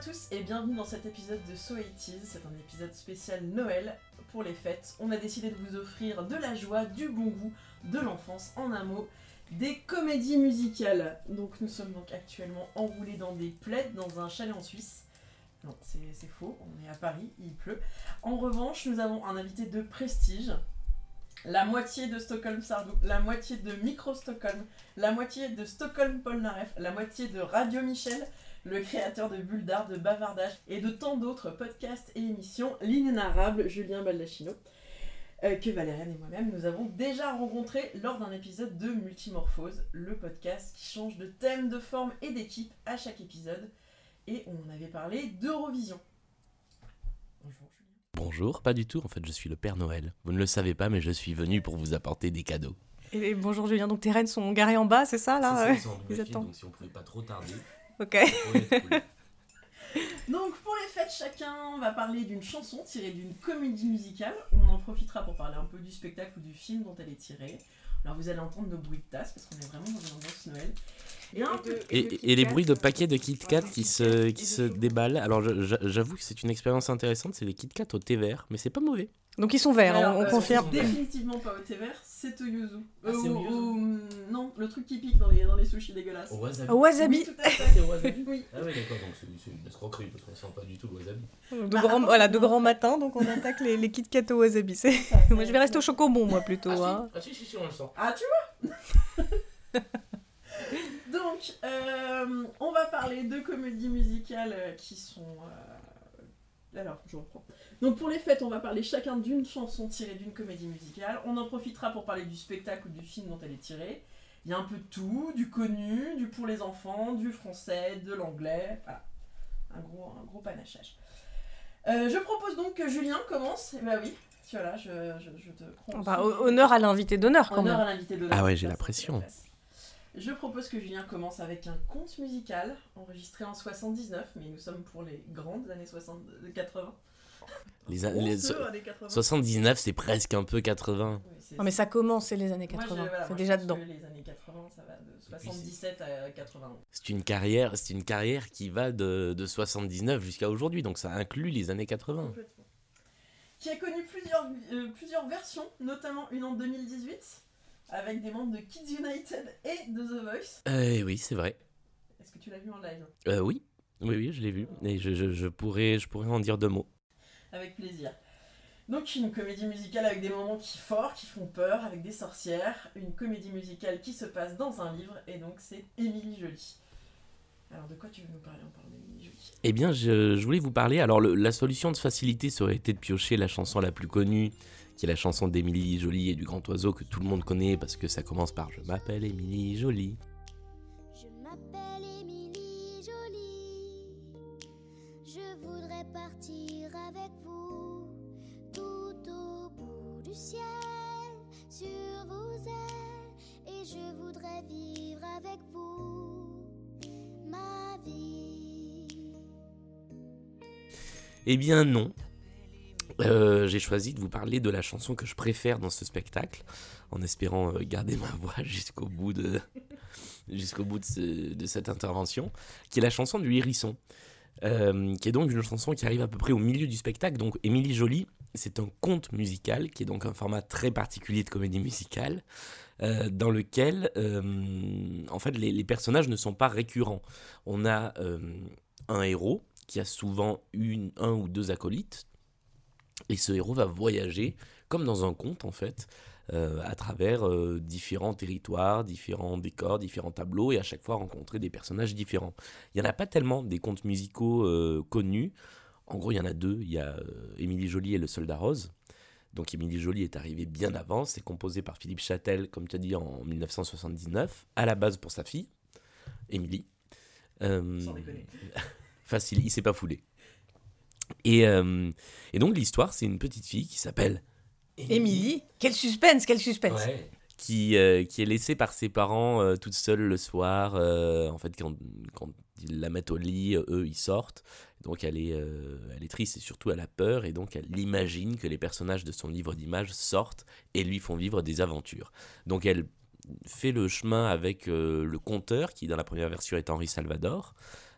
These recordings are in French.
tous et bienvenue dans cet épisode de So 80's. C'est un épisode spécial Noël pour les fêtes. On a décidé de vous offrir de la joie, du bon goût, de l'enfance, en un mot, des comédies musicales. Donc nous sommes donc actuellement enroulés dans des plaids dans un chalet en Suisse. Non, c'est faux, on est à Paris, il pleut. En revanche, nous avons un invité de prestige. La moitié de Stockholm Sardou, la moitié de Micro Stockholm, la moitié de Stockholm Polnareff, la moitié de Radio Michel, le créateur de Bulles d'Art, de Bavardage et de tant d'autres podcasts et émissions, l'inénarrable Julien Baldacchino, que Valériane et moi-même nous avons déjà rencontré lors d'un épisode de Multimorphose, le podcast qui change de thème, de forme et d'équipe à chaque épisode. Et on avait parlé d'Eurovision. Bonjour Julien. Bonjour, pas du tout, en fait je suis le Père Noël. Vous ne le savez pas mais je suis venu pour vous apporter des cadeaux. Et bonjour Julien, donc tes rennes sont garées en bas, c'est ça là? C'est ça, en double fil, donc si on pouvait pas trop tarder. Ok. Donc pour les fêtes, chacun va parler d'une chanson tirée d'une comédie musicale. On en profitera pour parler un peu du spectacle ou du film dont elle est tirée. Alors vous allez entendre nos bruits de tasse parce qu'on est vraiment dans une ambiance Noël. Et les bruits de paquets de Kit Kat qui se déballent. Alors j'avoue que c'est une expérience intéressante, c'est les Kit Kat au thé vert, mais c'est pas mauvais. Donc ils sont verts, Alors, on confirme. Définitivement pas au thé vert, c'est au yuzu. Ah, c'est au yuzu. Non, le truc qui pique dans les sushis dégueulasses. Au wasabi. Au wasabi. Oui, tout à fait. C'est au wasabi. Oui. Ah oui d'accord, donc c'est une escroquerie parce qu'on sent pas du tout le wasabi. De grands matins, donc on attaque les Kit Kat au wasabi. Moi je vais rester au chocobon moi plutôt. Hein. Si, on le sent. Ah tu vois. Donc, on va parler de comédies musicales qui sont... Alors, je reprends. Donc pour les fêtes, on va parler chacun d'une chanson tirée d'une comédie musicale. On en profitera pour parler du spectacle ou du film dont elle est tirée. Il y a un peu de tout, du connu, du pour les enfants, du français, de l'anglais. Voilà, un gros panachage. Je propose donc que Julien commence. Eh ben oui, voilà, je te prends. Honneur à l'invité d'honneur quand Honneur même. à l'invité d'honneur. Ah ouais, j'ai la pression. Je propose que Julien commence avec un conte musical enregistré en 79, mais nous sommes pour les grandes années 80. Les années 79, c'est presque un peu 80. Oui, Non mais ça commence, c'est les années 80, moi, c'est déjà je pense dedans. que les années 80, ça va de 77 à 80. C'est une carrière qui va de 79 jusqu'à aujourd'hui, donc ça inclut les années 80. Complètement. Qui a connu plusieurs versions, notamment une en 2018, avec des membres de Kids United et de The Voice. Oui, c'est vrai. Est-ce que tu l'as vu en live ? Oui, je l'ai vu. Et je pourrais en dire deux mots. Avec plaisir. Donc une comédie musicale avec des moments qui font peur, avec des sorcières. Une comédie musicale qui se passe dans un livre, et donc c'est Émilie Joly. Alors de quoi tu veux nous parler en parlant d'Émilie Joly ? Eh bien, je voulais vous parler. Alors, la solution de facilité, ça aurait été de piocher la chanson la plus connue, qui est la chanson d'Émilie Joly et du Grand Oiseau, que tout le monde connaît, parce que ça commence par « Je m'appelle Émilie Joly ». Je m'appelle Émilie Joly. Je voudrais partir avec vous tout au bout du ciel, sur vos ailes, et je voudrais vivre avec vous ma vie. Eh bien non. J'ai choisi de vous parler de la chanson que je préfère dans ce spectacle, en espérant garder ma voix jusqu'au bout de cette intervention, qui est la chanson du Hérisson, qui est donc une chanson qui arrive à peu près au milieu du spectacle. Donc Émilie Joly, c'est un conte musical, qui est donc un format très particulier de comédie musicale, dans lequel en fait les personnages ne sont pas récurrents. On a un héros qui a souvent un ou deux acolytes, et ce héros va voyager, comme dans un conte en fait, à travers différents territoires, différents décors, différents tableaux, et à chaque fois rencontrer des personnages différents. Il n'y en a pas tellement des contes musicaux connus. En gros, il y en a deux. Il y a Émilie Joly et le Soldat Rose. Donc Émilie Joly est arrivée bien avant. C'est composé par Philippe Châtel, comme tu as dit, en 1979, à la base pour sa fille, Émilie. Sans déconner. Facile, il s'est pas foulé. Et donc l'histoire, c'est une petite fille qui s'appelle Émilie, quel suspense. Ouais. Qui est laissée par ses parents toute seule le soir. En fait, quand ils la mettent au lit, eux, ils sortent. Donc elle est triste et surtout elle a peur. Et donc elle imagine que les personnages de son livre d'images sortent et lui font vivre des aventures. Donc elle fait le chemin avec le conteur, qui dans la première version est Henri Salvador.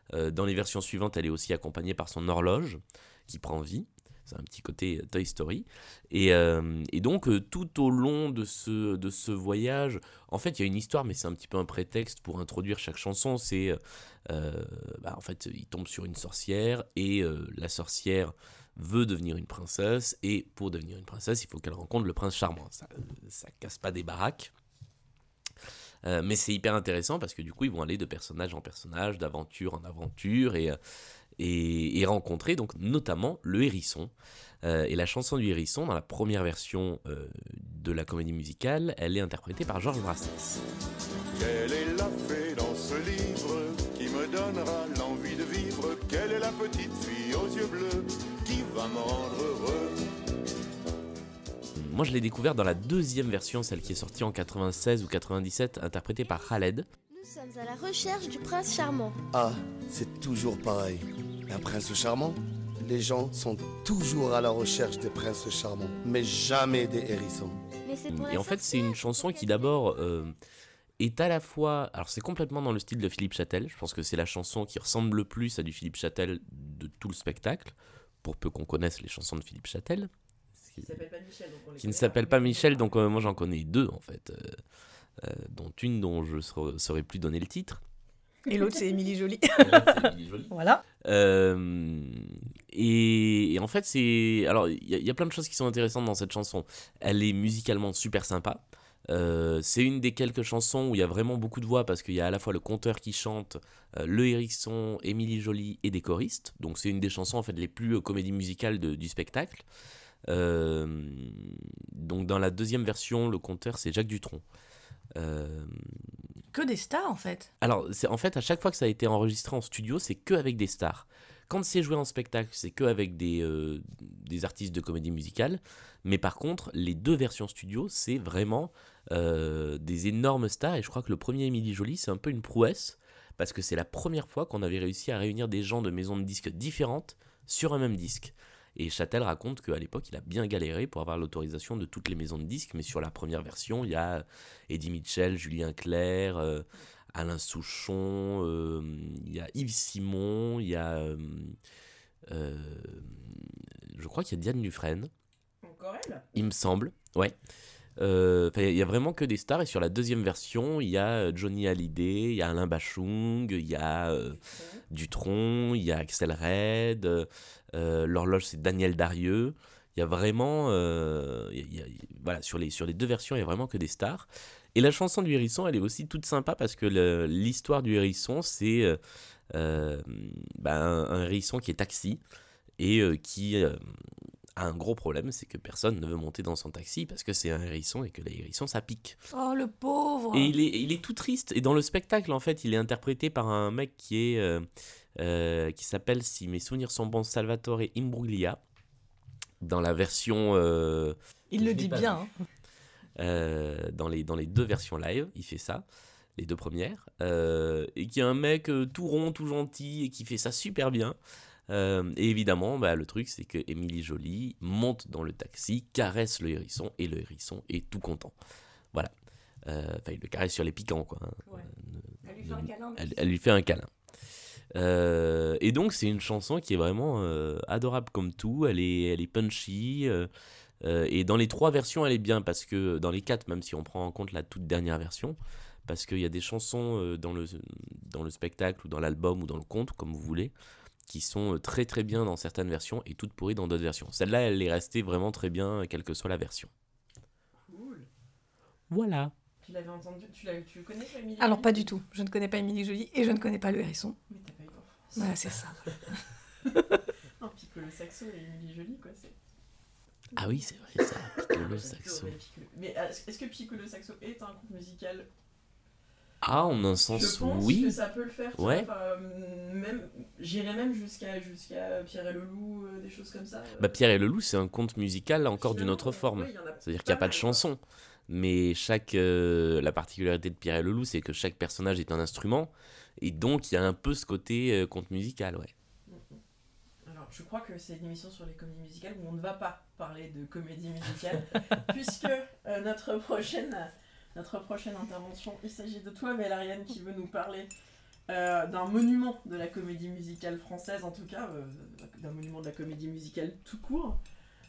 Dans les versions suivantes, elle est aussi accompagnée par son horloge qui prend vie. C'est un petit côté Toy Story. Et donc, tout au long de ce voyage, en fait, il y a une histoire, mais c'est un petit peu un prétexte pour introduire chaque chanson. C'est, en fait, il tombe sur une sorcière et la sorcière veut devenir une princesse. Et pour devenir une princesse, il faut qu'elle rencontre le prince charmant. Ça casse pas des baraques. Mais c'est hyper intéressant parce que du coup, ils vont aller de personnage en personnage, d'aventure en aventure et rencontrer donc notamment le hérisson. Et la chanson du hérisson, dans la première version de la comédie musicale, elle est interprétée par Georges Brassens. Quelle est la fée dans ce livre qui me donnera l'envie de vivre? Quelle est la petite fille aux yeux bleus qui va me rendre heureux? Moi, je l'ai découvert dans la deuxième version, celle qui est sortie en 96 ou 97, interprétée par Khaled. Nous sommes à la recherche du prince charmant. Ah, c'est toujours pareil. Un prince charmant? Les gens sont toujours à la recherche des princes charmants, mais jamais des hérissons. Mais c'est pour Et la en fait, c'est une sorcière, chanson qui peut-être. d'abord est à la fois... Alors, c'est complètement dans le style de Philippe Châtel. Je pense que c'est la chanson qui ressemble le plus à du Philippe Châtel de tout le spectacle, pour peu qu'on connaisse les chansons de Philippe Châtel. Qui s'appelle pas Michel. Donc on les Qui ne connaît s'appelle pas Michel, donc Ouais. moi j'en connais deux en fait. Dont une dont je ne saurais plus donner le titre. Et l'autre, c'est Émilie Jolie. C'est Émilie Jolie. Voilà. Et en fait, c'est. Alors, il y a plein de choses qui sont intéressantes dans cette chanson. Elle est musicalement super sympa. C'est une des quelques chansons où il y a vraiment beaucoup de voix parce qu'il y a à la fois le conteur qui chante, le hérisson, Émilie Jolie et des choristes. Donc, c'est une des chansons en fait les plus comédies musicales du spectacle. Donc, dans la deuxième version, le conteur c'est Jacques Dutronc. Que des stars, en fait. Alors, en fait, à chaque fois que ça a été enregistré en studio, c'est que avec des stars. Quand c'est joué en spectacle, c'est que avec des artistes de comédie musicale. Mais par contre, les deux versions studio, c'est vraiment des énormes stars. Et je crois que le premier Émilie Jolie, c'est un peu une prouesse. Parce que c'est la première fois qu'on avait réussi à réunir des gens de maisons de disques différentes sur un même disque. Et Châtel raconte qu'à l'époque, il a bien galéré pour avoir l'autorisation de toutes les maisons de disques. Mais sur la première version, il y a Eddie Mitchell, Julien Clerc, Alain Souchon, il y a Yves Simon, il y a... je crois qu'il y a Diane Dufresne, Encore elle. il me semble. Ouais. Il y a vraiment que des stars. Et sur la deuxième version, il y a Johnny Hallyday, il y a Alain Bachung, il y a Dutronc, il y a Axel Red, l'horloge c'est Daniel Darieux. Il y a vraiment, voilà, sur les deux versions, il y a vraiment que des stars. Et la chanson du hérisson, elle est aussi toute sympa parce que l'histoire du hérisson, c'est un hérisson qui est taxi et qui a un gros problème, c'est que personne ne veut monter dans son taxi parce que c'est un hérisson et que les hérissons, ça pique. Oh, le pauvre. Et il est tout triste. Et dans le spectacle, en fait, il est interprété par un mec qui s'appelle, si mes souvenirs sont bons, Salvatore Imbruglia. Dans la version... Il le dit bien. dans les deux versions live, il fait ça, les deux premières. Et qui est un mec tout rond, tout gentil, et qui fait ça super bien. Et évidemment, le truc, c'est que Émilie Jolie monte dans le taxi, caresse le hérisson, et le hérisson est tout content. Voilà. Il le caresse sur les piquants, quoi. Ouais. Elle lui fait un câlin. Elle lui fait un câlin. Et donc, c'est une chanson qui est vraiment adorable comme tout. Elle est punchy. Et dans les trois versions, elle est bien, parce que dans les quatre, même si on prend en compte la toute dernière version, parce qu'il y a des chansons dans le spectacle, ou dans l'album, ou dans le conte, comme vous voulez, qui sont très très bien dans certaines versions et toutes pourries dans d'autres versions. Celle-là, elle est restée vraiment très bien, quelle que soit la version. Cool. Voilà. Tu l'avais entendu, tu connais toi, Émilie Alors, Jolie pas du tout. Je ne connais pas Émilie Jolie et je ne connais pas le hérisson. Mais t'as pas eu d'enfance. Voilà, c'est ça. Non, Piccolo Saxo et Émilie Jolie, quoi, c'est... Ah oui, c'est vrai, ça, Piccolo Saxo. Mais est-ce que Piccolo Saxo est un groupe musical? Ah, en un Je sens, pense oui. que ça peut le faire. Ouais. J'irais même jusqu'à Pierre et le Loup, des choses comme ça. Pierre et le Loup, c'est un conte musical encore d'une autre forme. Ouais, il y en a C'est-à-dire qu'il n'y a pas de mal, chanson. Mais la particularité de Pierre et le Loup, c'est que chaque personnage est un instrument. Et donc, il y a un peu ce côté conte musical, ouais. quoi. Alors, je crois que c'est une émission sur les comédies musicales où on ne va pas parler de comédie musicale, puisque notre prochaine intervention, il s'agit de toi, Valériane, qui veut nous parler d'un monument de la comédie musicale française, en tout cas, d'un monument de la comédie musicale tout court.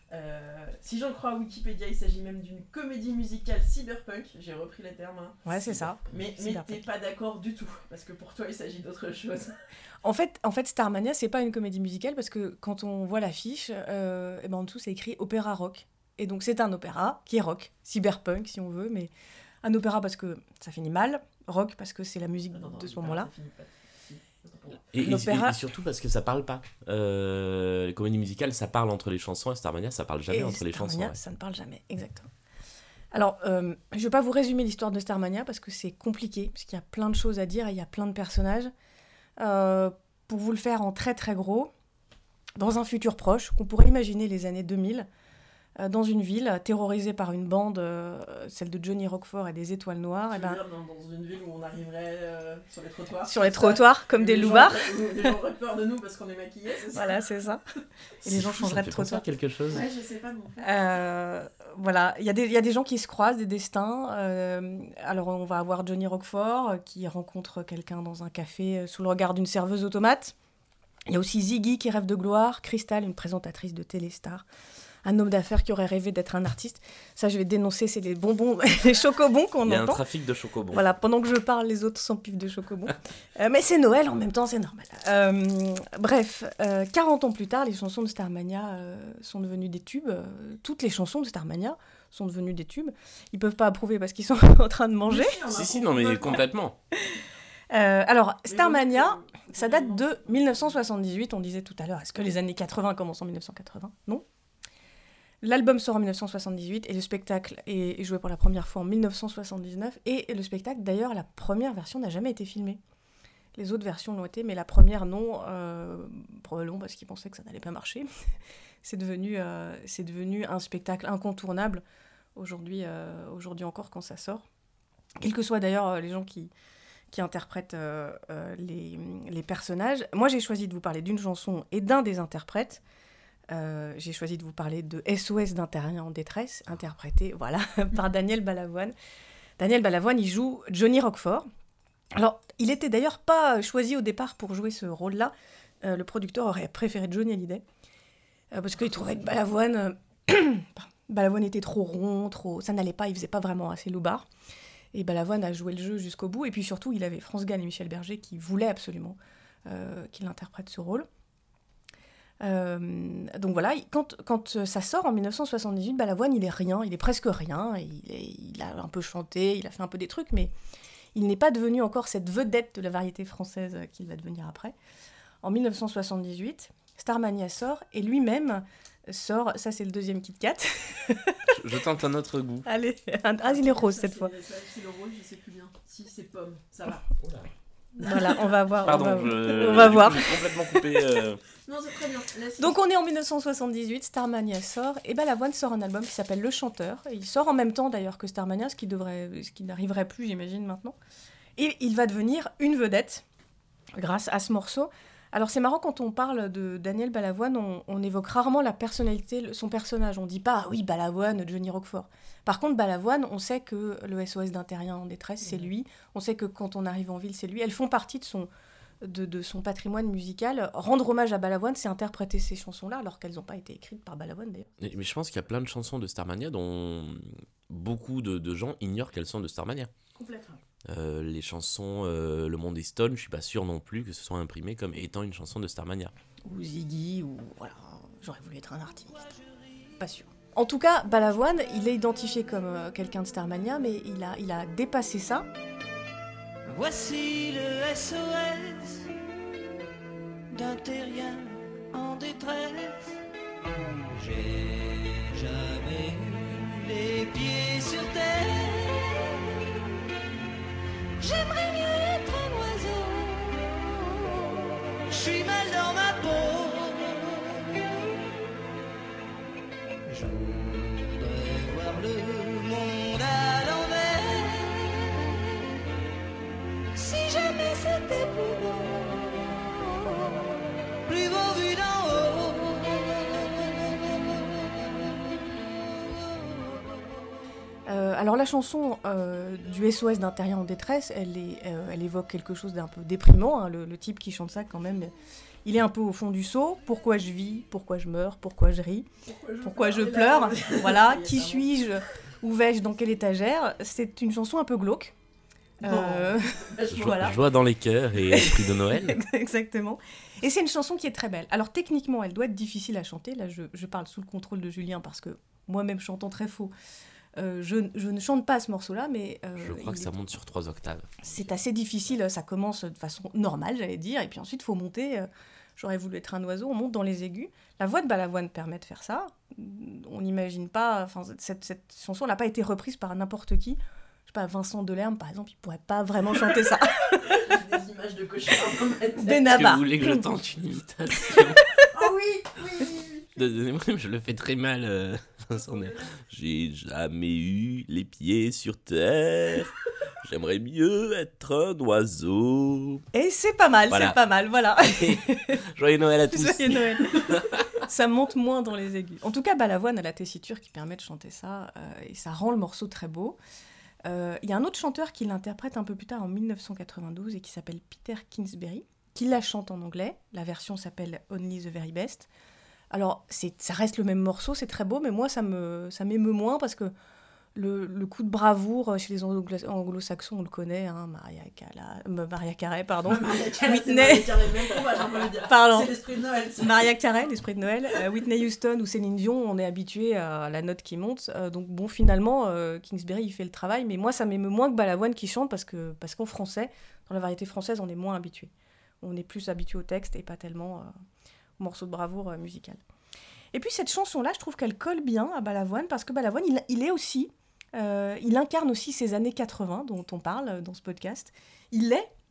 Si j'en crois à Wikipédia, il s'agit même d'une comédie musicale cyberpunk, j'ai repris les termes. Hein. Ouais, c'est ça. Mais t'es pas d'accord du tout, parce que pour toi il s'agit d'autre chose. En fait, Starmania, c'est pas une comédie musicale parce que quand on voit l'affiche, en dessous c'est écrit opéra rock. Et donc c'est un opéra qui est rock, cyberpunk si on veut, mais un opéra parce que ça finit mal, rock parce que c'est la musique de ce moment-là. Et surtout parce que ça parle pas. Les comédies musicales, ça parle entre les chansons, et Starmania, ça parle jamais entre les chansons. Starmania, ça ne parle jamais, exactement. Alors, je vais pas vous résumer l'histoire de Starmania parce que c'est compliqué, parce qu'il y a plein de choses à dire et il y a plein de personnages. Pour vous le faire en très très gros, dans un futur proche, qu'on pourrait imaginer les années 2000, dans une ville terrorisée par une bande, celle de Johnny Roquefort et des Étoiles Noires. Tu veux dire dans une ville où on arriverait sur les trottoirs. Sur les trottoirs, comme des loupards. Les gens auraient peur de nous parce qu'on est maquillés, c'est ça? Voilà, c'est ça. Et les gens changeraient de trottoir. Quelque chose. Ouais, je sais pas non plus. Voilà, il y a des gens qui se croisent, des destins. Alors on va avoir Johnny Roquefort qui rencontre quelqu'un dans un café sous le regard d'une serveuse automate. Il y a aussi Ziggy qui rêve de gloire, Crystal, une présentatrice de Téléstar, un homme d'affaires qui aurait rêvé d'être un artiste. Ça, je vais dénoncer, c'est les bonbons, les chocobons qu'on entend. Il y a un trafic de chocobons. Voilà, pendant que je parle, les autres s'empivent de chocobons. Mais c'est Noël, en même temps, c'est normal. Bref, 40 ans plus tard, les chansons de Starmania sont devenues des tubes. Toutes les chansons de Starmania sont devenues des tubes. Ils peuvent pas approuver parce qu'ils sont en train de manger. Si, non, mais complètement. Alors, Starmania, ça date de 1978, on disait tout à l'heure. Est-ce que les années 80 commencent en 1980 ? Non. L'album sort en 1978 et le spectacle est joué pour la première fois en 1979. Et le spectacle, d'ailleurs, la première version n'a jamais été filmée. Les autres versions l'ont été, mais la première non, probablement parce qu'ils pensaient que ça n'allait pas marcher. C'est devenu un spectacle incontournable aujourd'hui encore quand ça sort. Quels que soient d'ailleurs les gens qui interprètent les personnages. Moi, j'ai choisi de vous parler d'une chanson et d'un des interprètes. J'ai choisi de vous parler de SOS d'un terrien en détresse, interprété par Daniel Balavoine. Daniel Balavoine, il joue Johnny Roquefort. Alors, il était d'ailleurs pas choisi au départ pour jouer ce rôle-là. Le producteur aurait préféré Johnny Hallyday, parce qu'il trouvait que Balavoine était trop rond, ça n'allait pas, il faisait pas vraiment assez loupard. Et Balavoine a joué le jeu jusqu'au bout. Et puis surtout, il avait France Gall et Michel Berger qui voulaient absolument qu'il interprète ce rôle. Donc voilà, quand ça sort en 1978, Balavoine, il est rien, il est presque rien. Il a un peu chanté, il a fait un peu des trucs, mais il n'est pas devenu encore cette vedette de la variété française qu'il va devenir après. En 1978, Starmania sort et lui-même sort, ça c'est le deuxième Kit Kat. Je tente un autre goût. Allez, il est rose cette fois. C'est le rose, je sais plus bien. Si, c'est pomme, ça va. Voilà, on va voir. Pardon, on va voir. J'ai complètement coupé. Non, c'est très bien. Donc on est en 1978, Starmania sort, et Balavoine sort un album qui s'appelle Le Chanteur. Et il sort en même temps d'ailleurs que Starmania, ce qui n'arriverait plus, j'imagine, maintenant. Et il va devenir une vedette grâce à ce morceau. Alors c'est marrant, quand on parle de Daniel Balavoine, on évoque rarement la personnalité, son personnage. On dit pas « oui, Balavoine, Johnny Roquefort ». Par contre, Balavoine, on sait que le SOS d'un terrien en détresse, c'est lui. On sait que quand on arrive en ville, c'est lui. Elles font partie de son patrimoine musical. Rendre hommage à Balavoine, c'est interpréter ces chansons-là, alors qu'elles n'ont pas été écrites par Balavoine, d'ailleurs. Mais je pense qu'il y a plein de chansons de Starmania dont beaucoup de gens ignorent qu'elles sont de Starmania. Complètement. Les chansons Le Monde est Stone, je suis pas sûr non plus que ce soit imprimé comme étant une chanson de Starmania. Ou Ziggy, ou voilà, j'aurais voulu être un artiste. Pas sûr. En tout cas, Balavoine, il est identifié comme quelqu'un de Starmania, mais il a dépassé ça. Voici le SOS d'un terrien en détresse. J'ai jamais eu les pieds sur terre. J'aimerais mieux être un oiseau. Je suis mal dans ma peau. Je voudrais voir le monde à l'envers. Si jamais c'était plus beau vu d'en haut. Alors la chanson du SOS d'un terrien en détresse, elle évoque quelque chose d'un peu déprimant. Hein. Le type qui chante ça quand même, il est un peu au fond du seau. Pourquoi je vis ? Pourquoi je meurs ? Pourquoi je ris ? Pourquoi je pleure ? Voilà, qui suis-je ? Où vais-je ? Dans quelle étagère ? C'est une chanson un peu glauque. Voilà. Joie dans les cœurs et esprit de Noël. Exactement. Et c'est une chanson qui est très belle. Alors techniquement, elle doit être difficile à chanter. Là, je parle sous le contrôle de Julien parce que moi-même chantant très faux, je ne chante pas ce morceau-là, mais... Je crois que ça monte sur 3 octaves. C'est assez difficile, ça commence de façon normale, j'allais dire, et puis ensuite, il faut monter. J'aurais voulu être un oiseau, on monte dans les aigus. La voix de Balavoine permet de faire ça. On n'imagine pas... Enfin, cette chanson n'a pas été reprise par n'importe qui. Je sais pas, Vincent Delerme, par exemple, il pourrait pas vraiment chanter ça. J'ai des images de cauchemar dans ma tête. Des Est-ce que nabas. vous voulez que je tente une imitation? Oh oui. Donnez-moi, je le fais très mal. Vincent Delerme. J'ai jamais eu les pieds sur terre. J'aimerais mieux être un oiseau. Et c'est pas mal, Voilà. c'est pas mal, voilà. Joyeux Noël à tous. Joyeux Noël. Ça monte moins dans les aigus. En tout cas, Balavoine a la tessiture qui permet de chanter ça, et ça rend le morceau très beau. Il y a un autre chanteur qui l'interprète un peu plus tard en 1992 et qui s'appelle Peter Kingsbury, qui la chante en anglais. La version s'appelle Only the Very Best. Alors, ça reste le même morceau, c'est très beau, mais moi, ça m'émeut moins parce que le coup de bravoure chez les anglo-saxons, on le connaît, hein, Maria Carey, pardon. Whitney. Pardon. C'est l'esprit de Noël. Ça. Maria Carey, l'esprit de Noël. Whitney Houston ou Céline Dion, on est habitué à la note qui monte. Donc bon, finalement, Kingsbury, il fait le travail, mais moi, ça m'émeut moins que Balavoine qui chante parce qu'en français, dans la variété française, on est moins habitué. On est plus habitué au texte et pas tellement au morceau de bravoure musical. Et puis cette chanson-là, je trouve qu'elle colle bien à Balavoine parce que Balavoine, il est aussi... il incarne aussi ces années 80 dont on parle dans ce podcast. Il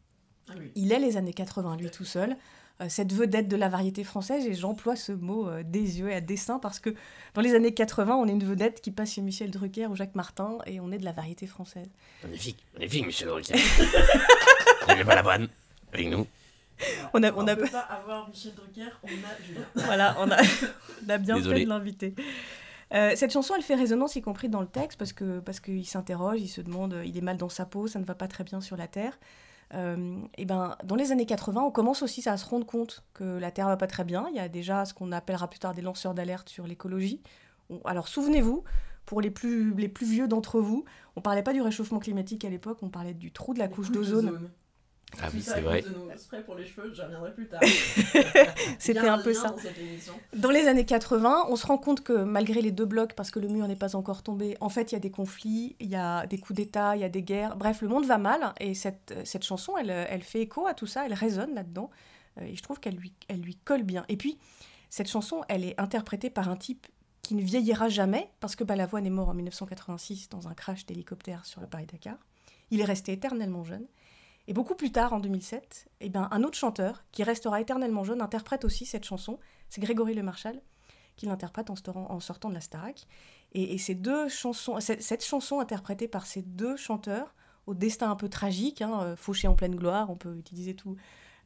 est les années 80, lui tout seul. Cette vedette de la variété française, et j'emploie ce mot désuet à dessein parce que dans les années 80, on est une vedette qui passe chez Michel Drucker ou Jacques Martin et on est de la variété française. Magnifique, Michel Drucker. On est Balavoine avec nous. On peut pas avoir Michel Drucker, on a Julien. Voilà, on a bien Désolé. fait de l'inviter. Cette chanson, elle fait résonance, y compris dans le texte, parce qu'il s'interroge, il se demande, il est mal dans sa peau, ça ne va pas très bien sur la Terre. Et dans les années 80, on commence aussi à se rendre compte que la Terre va pas très bien. Il y a déjà ce qu'on appellera plus tard des lanceurs d'alerte sur l'écologie. Alors souvenez-vous, pour les plus vieux d'entre vous, on parlait pas du réchauffement climatique à l'époque, on parlait du trou de la couche d'ozone. Ah oui, c'est vrai. De nos sprays pour les cheveux, j'y reviendrai plus tard. C'était un peu ça. Dans les années 80, on se rend compte que malgré les 2 blocs, parce que le mur n'est pas encore tombé, en fait, il y a des conflits, il y a des coups d'État, il y a des guerres. Bref, le monde va mal. Et cette chanson, elle fait écho à tout ça, elle résonne là-dedans. Et je trouve qu'elle lui colle bien. Et puis, cette chanson, elle est interprétée par un type qui ne vieillira jamais, parce que Balavoine est mort en 1986 dans un crash d'hélicoptère sur le Paris-Dakar. Il est resté éternellement jeune. Et beaucoup plus tard, en 2007, un autre chanteur, qui restera éternellement jeune, interprète aussi cette chanson. C'est Grégory Lemarchal, qui l'interprète en sortant de la Starac. Et ces deux chansons, cette chanson interprétée par ces 2 chanteurs, au destin un peu tragique, fauché en pleine gloire, on peut utiliser tout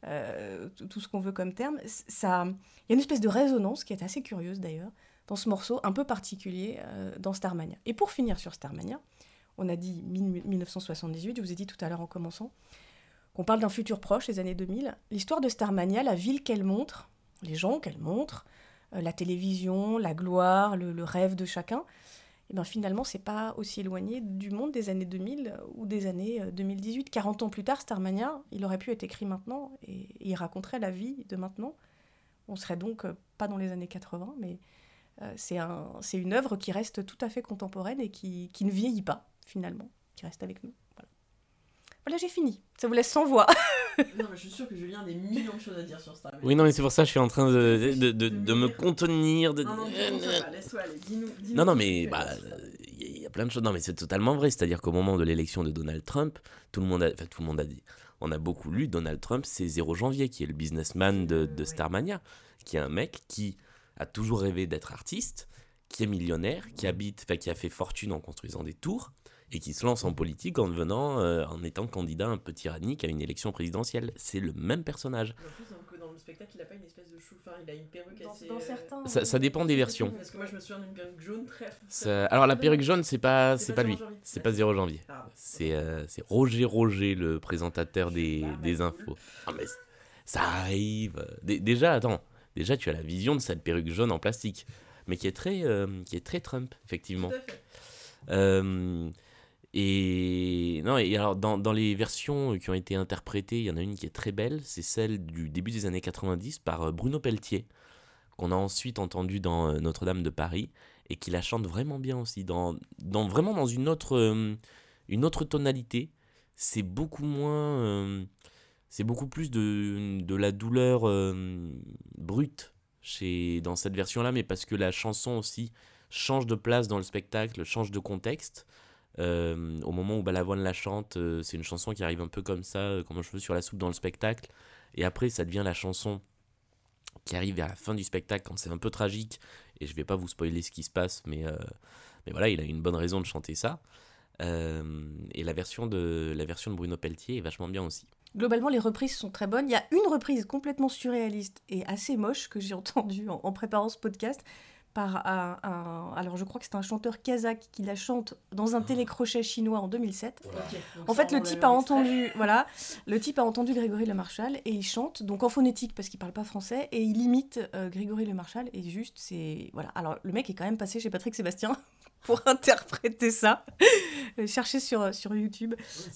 ce qu'on veut comme terme. Il y a une espèce de résonance qui est assez curieuse d'ailleurs, dans ce morceau un peu particulier dans Starmania. Et pour finir sur Starmania, on a dit 1978, je vous ai dit tout à l'heure en commençant, qu'on parle d'un futur proche, les années 2000. L'histoire de Starmania, la ville qu'elle montre, les gens qu'elle montre, la télévision, la gloire, le rêve de chacun, finalement, c'est pas aussi éloigné du monde des années 2000 ou des années 2018. 40 ans plus tard, Starmania, il aurait pu être écrit maintenant et il raconterait la vie de maintenant. On serait donc pas dans les années 80, mais c'est une œuvre qui reste tout à fait contemporaine et qui ne vieillit pas, finalement, qui reste avec nous. Voilà, j'ai fini. Ça vous laisse sans voix. Non, mais je suis sûre que Julien a des millions de choses à dire sur Star Wars. Oui, non, mais c'est pour ça que je suis en train de me contenir. Non, ça va, laisse-toi aller. Dis-nous Non, mais il y a plein de choses. Non, mais c'est totalement vrai. C'est-à-dire qu'au moment de l'élection de Donald Trump, tout le monde a dit. On a beaucoup lu Donald Trump, c'est 0 janvier, qui est le businessman de Starmania, qui est un mec qui a toujours rêvé d'être artiste, qui est millionnaire, qui a fait fortune en construisant des tours, et qui se lance en politique en étant candidat un peu tyrannique à une élection présidentielle. C'est le même personnage. En plus, donc, dans dans le spectacle, il a pas une espèce de chou, enfin il a une perruque assez... Dans certains... Ça dépend des versions. Parce que moi je me souviens d'une perruque jaune Alors la perruque jaune, c'est pas lui. Zéro Janvier. C'est pas Zéro Janvier. Ah, C'est Roger, le présentateur des cool. infos. Ah, mais ça arrive. Déjà, attends. Déjà, tu as la vision de cette perruque jaune en plastique, mais qui est très Trump, effectivement. Tout à fait. Et alors dans les versions qui ont été interprétées, il y en a une qui est très belle, c'est celle du début des années 90 par Bruno Pelletier, qu'on a ensuite entendu dans Notre-Dame de Paris, et qui la chante vraiment bien aussi, vraiment dans une autre tonalité. C'est beaucoup moins, c'est beaucoup plus de la douleur brute dans cette version-là, mais parce que la chanson aussi change de place dans le spectacle, change de contexte. Au moment où Balavoine la chante, c'est une chanson qui arrive un peu comme ça, comme un cheveu sur la soupe dans le spectacle, et après ça devient la chanson qui arrive vers la fin du spectacle quand c'est un peu tragique, et je vais pas vous spoiler ce qui se passe, mais voilà, il a une bonne raison de chanter ça. Et la version de Bruno Pelletier est vachement bien aussi. Globalement, les reprises sont très bonnes. Il y a une reprise complètement surréaliste et assez moche que j'ai entendue en préparant ce podcast par alors je crois que c'est un chanteur kazakh qui la chante dans un télécrochet chinois en 2007. Ok, donc En ça, fait, on le type l'a a en extrait. entendu Grégory Le Marchal et il chante donc en phonétique parce qu'il parle pas français et il imite Grégory Le Marchal et juste c'est voilà. Alors le mec est quand même passé chez Patrick Sébastien pour interpréter ça. Cherchez sur YouTube.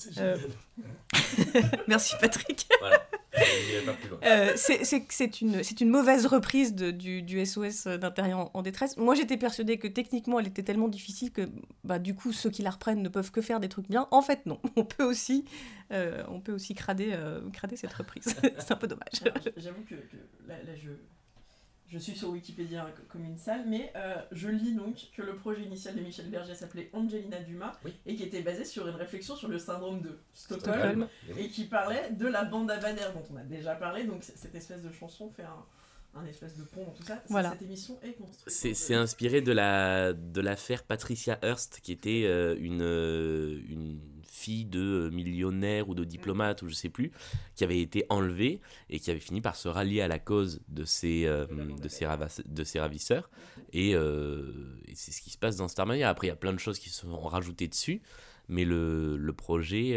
Merci Patrick. Voilà. Pas plus loin. C'est une mauvaise reprise du SOS d'Intérieur en détresse. Moi, j'étais persuadée que techniquement, elle était tellement difficile que du coup, ceux qui la reprennent ne peuvent que faire des trucs bien. En fait, non. On peut aussi crader cette reprise. C'est un peu dommage. Alors, j'avoue que là je suis sur Wikipédia comme une salle, mais je lis donc que le projet initial de Michel Berger s'appelait Angelina Dumas, Oui. et qui était basé sur une réflexion sur le syndrome de Stockholm, et qui parlait de la bande habanère dont on a déjà parlé, donc cette espèce de chanson fait un espèce de pont dans tout ça. Voilà. Cette émission est construite. C'est inspiré de l'affaire Patricia Hearst, qui était une fille de millionnaire ou de diplomate ou je sais plus, qui avait été enlevée et qui avait fini par se rallier à la cause de ses ravisseurs. Et c'est ce qui se passe dans Starmania. Après, il y a plein de choses qui se sont rajoutées dessus, mais le projet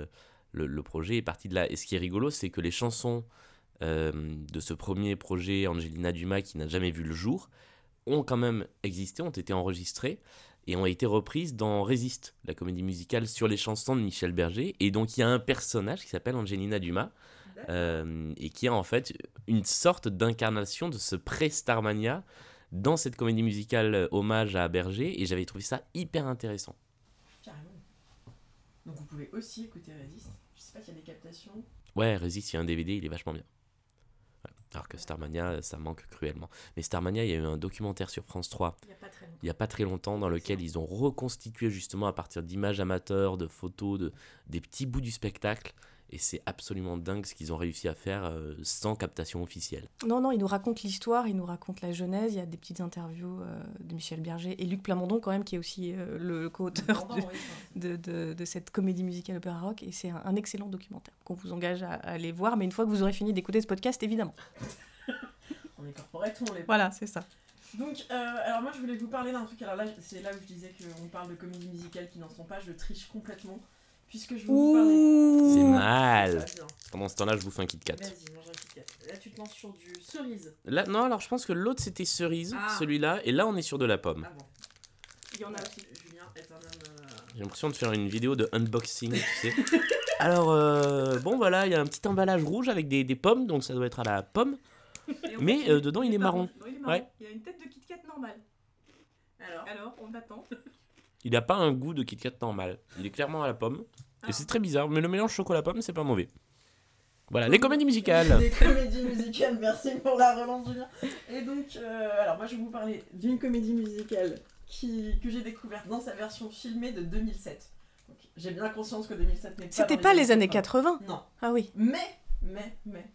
est parti de là. Et ce qui est rigolo, c'est que les chansons de ce premier projet Angelina Dumas qui n'a jamais vu le jour ont quand même existé, ont été enregistrées et ont été reprises dans Résiste, la comédie musicale sur les chansons de Michel Berger. Et donc il y a un personnage qui s'appelle Angelina Dumas et qui est en fait une sorte d'incarnation de ce pré-Starmania dans cette comédie musicale hommage à Berger, et j'avais trouvé ça hyper intéressant. Carrément. Donc vous pouvez aussi écouter Résiste. Je sais pas s'il y a des captations. Ouais, Résiste, il y a un DVD, il est vachement bien. Ouais. Alors que Starmania, ça manque cruellement. Mais Starmania, il y a eu un documentaire sur France 3 il n'y a pas très longtemps dans lequel ils ont reconstitué justement à partir d'images amateurs, de photos, des petits bouts du spectacle. Et c'est absolument dingue ce qu'ils ont réussi à faire sans captation officielle. Non, il nous raconte l'histoire, il nous raconte la genèse, il y a des petites interviews de Michel Berger et Luc Plamondon quand même, qui est aussi le co-auteur de cette comédie musicale opéra rock, et c'est un excellent documentaire qu'on vous engage à aller voir, mais une fois que vous aurez fini d'écouter ce podcast, évidemment. On est corporate, on les... Voilà, c'est ça. Donc, alors moi je voulais vous parler d'un truc, alors là c'est là où je disais qu'on parle de comédies musicales qui n'en sont pas, je triche complètement, puisque je vais vous parler... C'est mal. Ça va bien. Pendant ce temps-là, je vous fais un Kit Kat. Vas-y, mange un Kit Kat. Là tu te lances sur du cerise. Là, non, alors je pense que l'autre c'était cerise, celui-là, et là on est sur de la pomme. Ah bon. Il y en a aussi. Julien est un homme... J'ai l'impression de faire une vidéo de unboxing, tu sais. Alors, bon voilà, il y a un petit emballage rouge avec des pommes, donc ça doit être à la pomme. Mais dedans il est marron. Il est marron. Ouais. Il y a une tête de Kit Kat normale. Alors, on attend. Il n'a pas un goût de Kit Kat normal. Il est clairement à la pomme. Et c'est très bizarre, mais le mélange chocolat-pomme, c'est pas mauvais. Voilà, les comédies musicales. Les comédies musicales, merci pour la relance Julien. Et donc, alors moi je vais vous parler d'une comédie musicale que j'ai découverte dans sa version filmée de 2007. Donc, j'ai bien conscience que 2007 n'est pas... C'était pas les années 80 ? Non. Ah oui. Mais,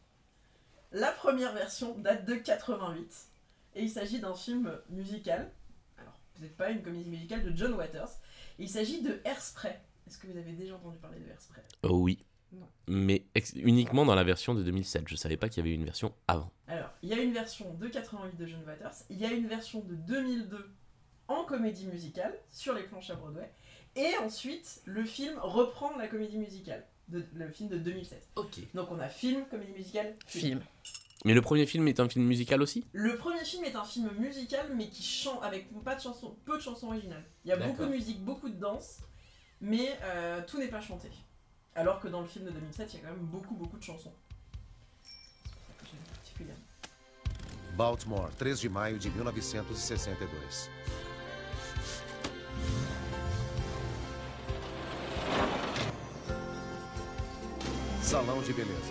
la première version date de 88. Et il s'agit d'un film musical. Alors, peut-être pas une comédie musicale de John Waters. Et il s'agit de Hairspray. Est-ce que vous avez déjà entendu parler de Hairspray ? Oh oui. Non. Mais uniquement dans la version de 2007. Je savais pas qu'il y avait une version avant. Alors, il y a une version de 88 de John Waters, il y a une version de 2002 en comédie musicale sur les planches à Broadway, et ensuite le film reprend la comédie musicale, le film de 2007. Ok. Donc on a film, comédie musicale, film. Mais le premier film est un film musical aussi ? Le premier film est un film musical, mais qui chante avec pas de chansons, peu de chansons originales. Il y a beaucoup de musique, beaucoup de danse, mais tout n'est pas chanté. Alors que dans le film de 2007, il y a quand même beaucoup de chansons. J'aime particulièrement. Baltimore, 13 de maio de 1962. Salão de beleza.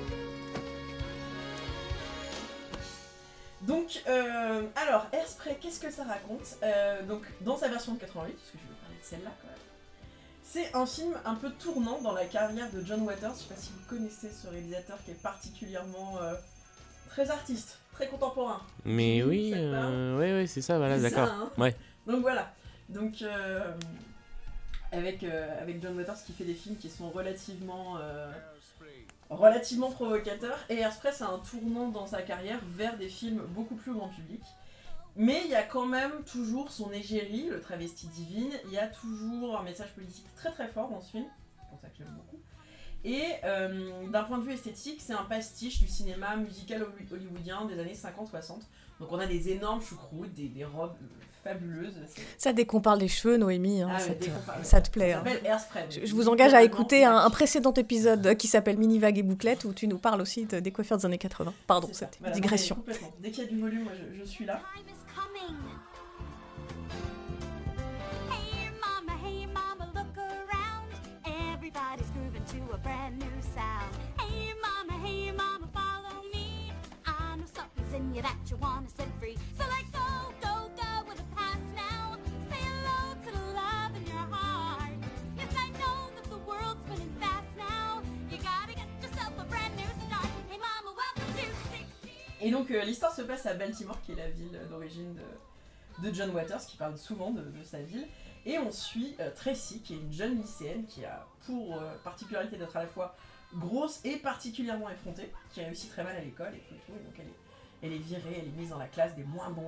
Donc, alors, Hairspray, qu'est-ce que ça raconte ? Donc, dans sa version de 88, parce que je vais parler de celle-là quand même, c'est un film un peu tournant dans la carrière de John Waters. Je sais pas si vous connaissez ce réalisateur qui est particulièrement très artiste, très contemporain. Mais oui, ça te parle ouais, c'est ça, voilà, C'est d'accord. ça, hein. Ouais. Donc voilà. Donc, avec John Waters qui fait des films qui sont relativement provocateurs, et Hairspray c'est un tournant dans sa carrière vers des films beaucoup plus grand public. Mais il y a quand même toujours son égérie, le travesti divine, il y a toujours un message politique très très fort dans ce film, c'est pour ça que j'aime beaucoup. Et d'un point de vue esthétique, c'est un pastiche du cinéma musical hollywoodien des années 50-60. Donc on a des énormes choucroutes, des robes fabuleuses. Ça, dès qu'on parle des cheveux, Noémie, hein, Ah, ça, ouais, te, dès qu'on parle- ça te plaît. Ça Hein. s'appelle Hairspray. Je vous engage à écouter un précédent épisode qui s'appelle Mini Vague et Bouclette, où tu nous parles aussi des coiffures des années 80. Pardon, C'est ça. c'était une Voilà, digression. non, mais complètement. Dès qu'il y a du volume, moi je suis là. Time is coming. Hey mama, look around. Everybody's grooving to a brand new sound. Hey mama, follow me. I know something's in you that you wanna set free. So like go with the past now. Say hello to the love in your heart. Yes, I know that the world's spinning fast now. You gotta get yourself a brand new start. Hey mama, welcome to 60. Et donc l'histoire se passe à Baltimore, qui est la ville d'origine de John Waters, qui parle souvent de sa ville. Et on suit Tracy, qui est une jeune lycéenne qui a pour particularité d'être à la fois grosse et particulièrement effrontée, qui réussit très mal à l'école et tout. Et donc elle est virée, elle est mise dans la classe des moins bons,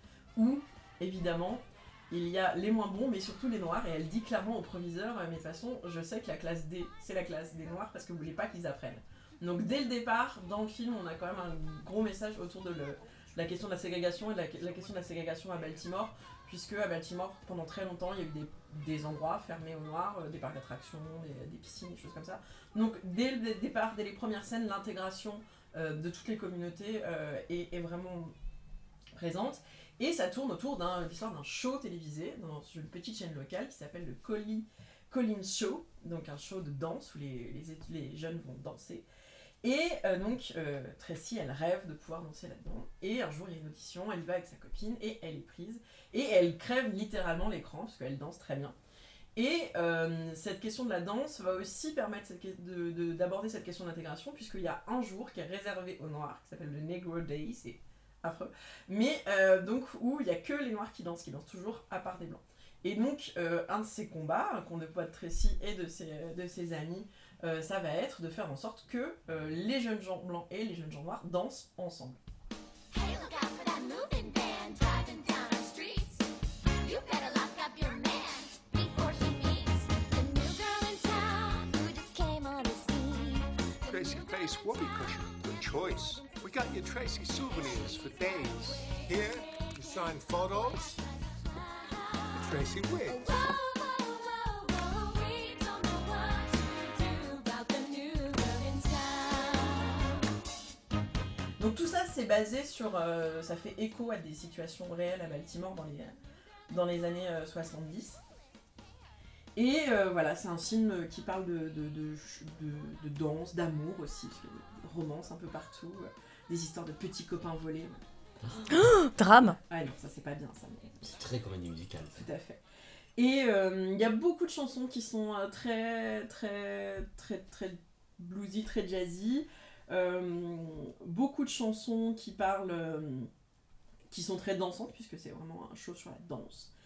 où évidemment il y a les moins bons, mais surtout les noirs. Et elle dit clairement au proviseur, mais de toute façon, je sais que la classe D, c'est la classe des noirs parce que vous voulez pas qu'ils apprennent. Donc dès le départ, dans le film, on a quand même un gros message autour de la question de la ségrégation et de la question de la ségrégation à Baltimore, puisque à Baltimore, pendant très longtemps, il y a eu des endroits fermés aux noirs, des parcs d'attractions, des piscines, des choses comme ça. Donc dès le départ, dès les premières scènes, l'intégration de toutes les communautés est vraiment présente. Et ça tourne autour de l'histoire d'un show télévisé dans une petite chaîne locale qui s'appelle le Collins Show, donc un show de danse où les jeunes vont danser. Et donc Tracy, elle rêve de pouvoir danser là-dedans. Et un jour, il y a une audition, elle y va avec sa copine et elle est prise. Et elle crève littéralement l'écran parce qu'elle danse très bien. Et cette question de la danse va aussi permettre d'aborder cette question d'intégration, puisqu'il y a un jour qui est réservé aux Noirs, qui s'appelle le Negro Day, c'est affreux, mais donc où il n'y a que les Noirs qui dansent toujours à part des Blancs. Et donc un de ces combats, qu'on ne voit de Tracy et de ses amis, ça va être de faire en sorte que les jeunes gens blancs et les jeunes gens noirs dansent ensemble. Hey, look out for that moving van driving down our streets. You better lock up your man before she meets the new girl in town who just came on the scene. Tracy Face Whoopee Cushion. Good choice. We got you Tracy souvenirs for days. Here, you signed photos. The Tracy wigs. Whoa, whoa, whoa, whoa, we don't know what to do about the new girl in town. Donc tout ça, c'est basé sur... ça fait écho à des situations réelles à Baltimore dans les années 70. Et voilà, c'est un film qui parle de danse, d'amour aussi, parce qu'il y a des romances un peu partout, des histoires de petits copains volés. Drame. Ah non, ça c'est pas bien, ça. Mais... C'est très comédie musicale. Tout à fait. Et il y a beaucoup de chansons qui sont très bluesy, très jazzy. Beaucoup de chansons qui parlent, qui sont très dansantes, puisque c'est vraiment un show sur la danse.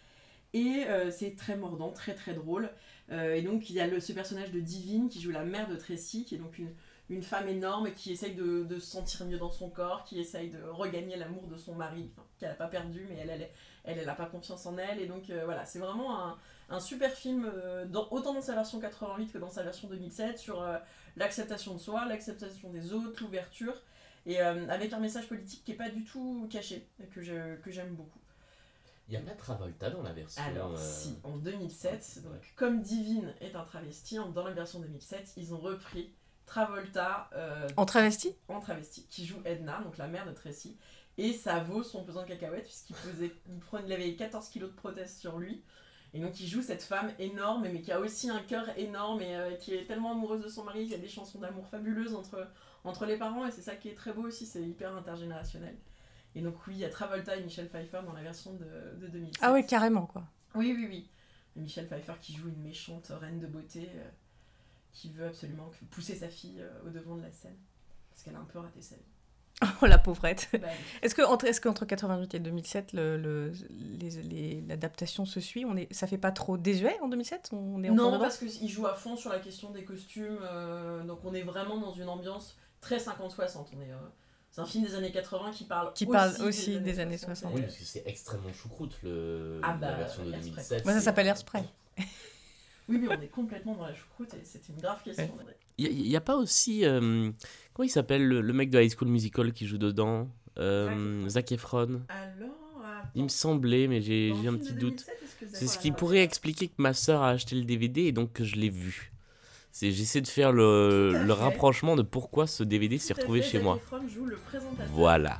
Et c'est très mordant, très très drôle. Et donc il y a ce personnage de Divine qui joue la mère de Tracy, qui est donc une femme énorme qui essaye de se sentir mieux dans son corps, qui essaye de regagner l'amour de son mari, qu'elle n'a pas perdu, mais elle n'a pas confiance en elle. Et donc voilà, c'est vraiment un super film, autant dans sa version 88 que dans sa version 2007, sur l'acceptation de soi, l'acceptation des autres, l'ouverture, et avec un message politique qui n'est pas du tout caché, et que j'aime beaucoup. Il n'y a pas Travolta dans la version... Alors si, en 2007, donc, comme Divine est un travesti, dans la version 2007, ils ont repris Travolta... En travesti ? En travesti, qui joue Edna, donc la mère de Tracy, et ça vaut son pesant de cacahuètes, puisqu'il avait 14 kilos de prothèses sur lui, et donc il joue cette femme énorme, mais qui a aussi un cœur énorme, et qui est tellement amoureuse de son mari, il y a des chansons d'amour fabuleuses entre les parents, et c'est ça qui est très beau aussi, c'est hyper intergénérationnel. Et donc oui, il y a Travolta et Michelle Pfeiffer dans la version de 2007. Ah oui, carrément, quoi. Oui. Et Michelle Pfeiffer qui joue une méchante reine de beauté qui veut absolument pousser sa fille au devant de la scène. Parce qu'elle a un peu raté sa vie. Oh, la pauvrette. Bah, oui. Est-ce qu'entre 88 et 2007, l'adaptation se suit ? Ça fait pas trop désuet en 2007 ? Non, parce qu'il joue à fond sur la question des costumes. Donc on est vraiment dans une ambiance très 50-60. C'est un film des années 80 qui parle aussi des années 60. Oui, parce que c'est extrêmement choucroute, la version de 2007. Ça s'appelle Airspray. Oui, mais on est complètement dans la choucroute et c'était une grave question. Il n'y a pas aussi... comment il s'appelle le mec de High School Musical qui joue dedans Zac Efron. Il me semblait, mais j'ai un petit doute. C'est ce qui pourrait expliquer que ma sœur a acheté le DVD et donc que je l'ai vu. J'essaie de faire le rapprochement de pourquoi ce DVD s'est retrouvé chez moi. Joue le présentateur. Voilà.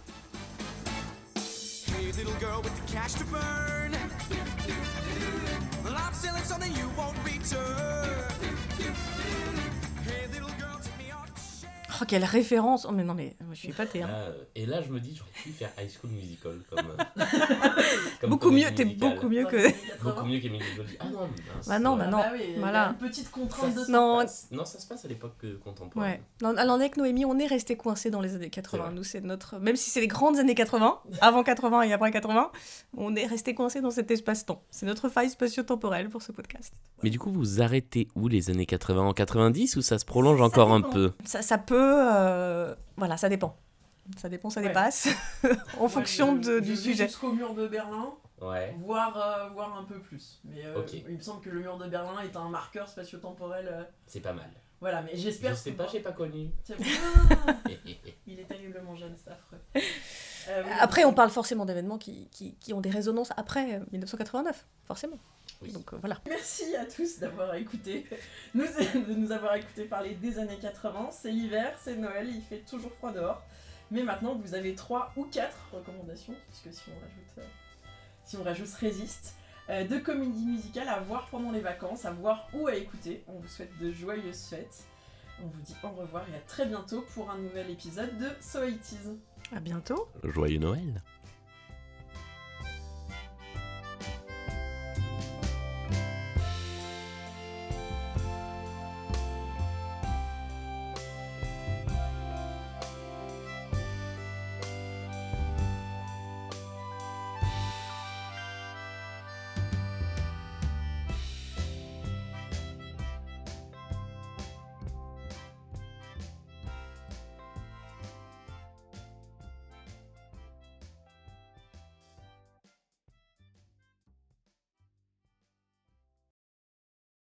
Hey little girl with the cash to burn. Well, I'm selling something you won't return. Hey little girl, take me off the shelf. Oh, quelle référence! Oh, mais non, mais je suis épatée. Hein. Et là, je me dis, j'aurais pu faire High School Musical comme beaucoup mieux, t'es beaucoup mieux que... Beaucoup mieux qu'Emily Jolie. Ah non, mince. Bah non. Oui, voilà. Une petite contrainte de non. Non, ça se passe à l'époque contemporaine. Ouais. Non, alors avec Noémie, on est resté coincés dans les années 80. Nous, c'est notre... Même si c'est les grandes années 80, avant 80 et après 80, on est resté coincés dans cet espace-temps. C'est notre faille spatio-temporelle pour ce podcast. Mais du coup, vous arrêtez où les années 80 en 90 ou ça se prolonge encore un peu? Ça peut... Voilà, ça dépend. Ça dépasse en fonction du sujet. Jusqu'au mur de Berlin, voire un peu plus. Mais il me semble que le mur de Berlin est un marqueur spatio-temporel. C'est pas mal. Voilà, mais j'espère... Je sais pas, j'ai pas connu. Il est terriblement jeune, c'est affreux. Après, on parle forcément d'événements qui ont des résonances après 1989, forcément. Oui. Donc voilà. Merci à tous d'avoir écouté, de nous avoir écouté parler des années 80. C'est l'hiver, c'est Noël, il fait toujours froid dehors. Mais maintenant, vous avez 3 ou 4 recommandations, puisque si on rajoute Résiste, de comédies musicales à voir pendant les vacances, à voir ou à écouter. On vous souhaite de joyeuses fêtes. On vous dit au revoir et à très bientôt pour un nouvel épisode de So 80's. À bientôt. Joyeux Noël.